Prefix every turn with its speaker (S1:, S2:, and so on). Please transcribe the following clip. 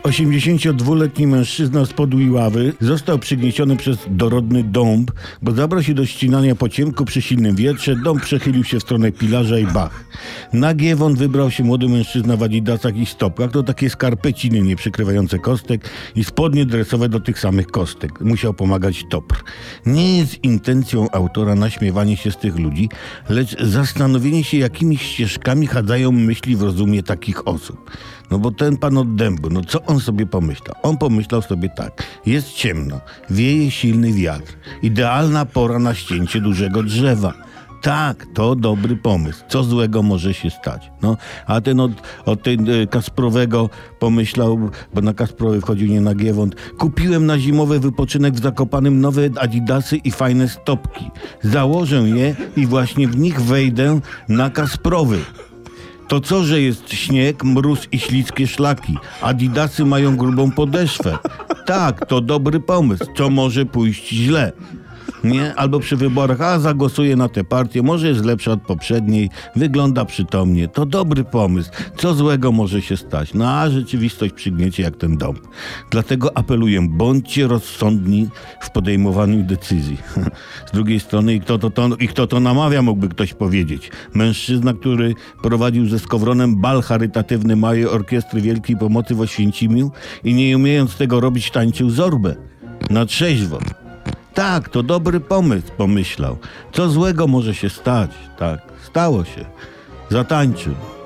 S1: 82-letni mężczyzna z Podwiławy został przygnieciony przez dorodny dąb, bo zabrał się do ścinania po ciemku przy silnym wietrze. Dąb przechylił się w stronę pilarza i bach. Na giewont wybrał się młody mężczyzna w adidasach i stopkach. To takie skarpeciny nie przykrywające kostek i spodnie dresowe do tych samych kostek. Musiał pomagać topr. Nie jest intencją autora naśmiewanie się z tych ludzi, lecz zastanowienie się, jakimi ścieżkami chadzają myśli w rozumie takich osób. No bo ten pan od dębu, no co on sobie pomyślał? On pomyślał sobie tak: jest ciemno, wieje silny wiatr, idealna pora na ścięcie dużego drzewa. Tak, to dobry pomysł. Co złego może się stać? No, a ten od Kasprowego pomyślał, bo na Kasprowy wchodził, nie na giewont. Kupiłem na zimowy wypoczynek w Zakopanem nowe adidasy i fajne stopki. Założę je i właśnie w nich wejdę na Kasprowy. To co, że jest śnieg, mróz i śliskie szlaki? Adidasy mają grubą podeszwę. Tak, to dobry pomysł. Co może pójść źle? Nie? Albo przy wyborach, zagłosuję na tę partię, może jest lepsza od poprzedniej, wygląda przytomnie. To dobry pomysł. Co złego może się stać? No a rzeczywistość przygniecie jak ten dom. Dlatego apeluję, bądźcie rozsądni w podejmowaniu decyzji. Z drugiej strony, kto to namawia, mógłby ktoś powiedzieć. Mężczyzna, który prowadził ze Skowronem bal charytatywny małej orkiestry Wielkiej Pomocy w Oświęcimiu i nie umiejąc tego robić, tańczył zorbę. Na trzeźwo. Tak, to dobry pomysł, pomyślał. Co złego może się stać? Tak, stało się. Zatańczył.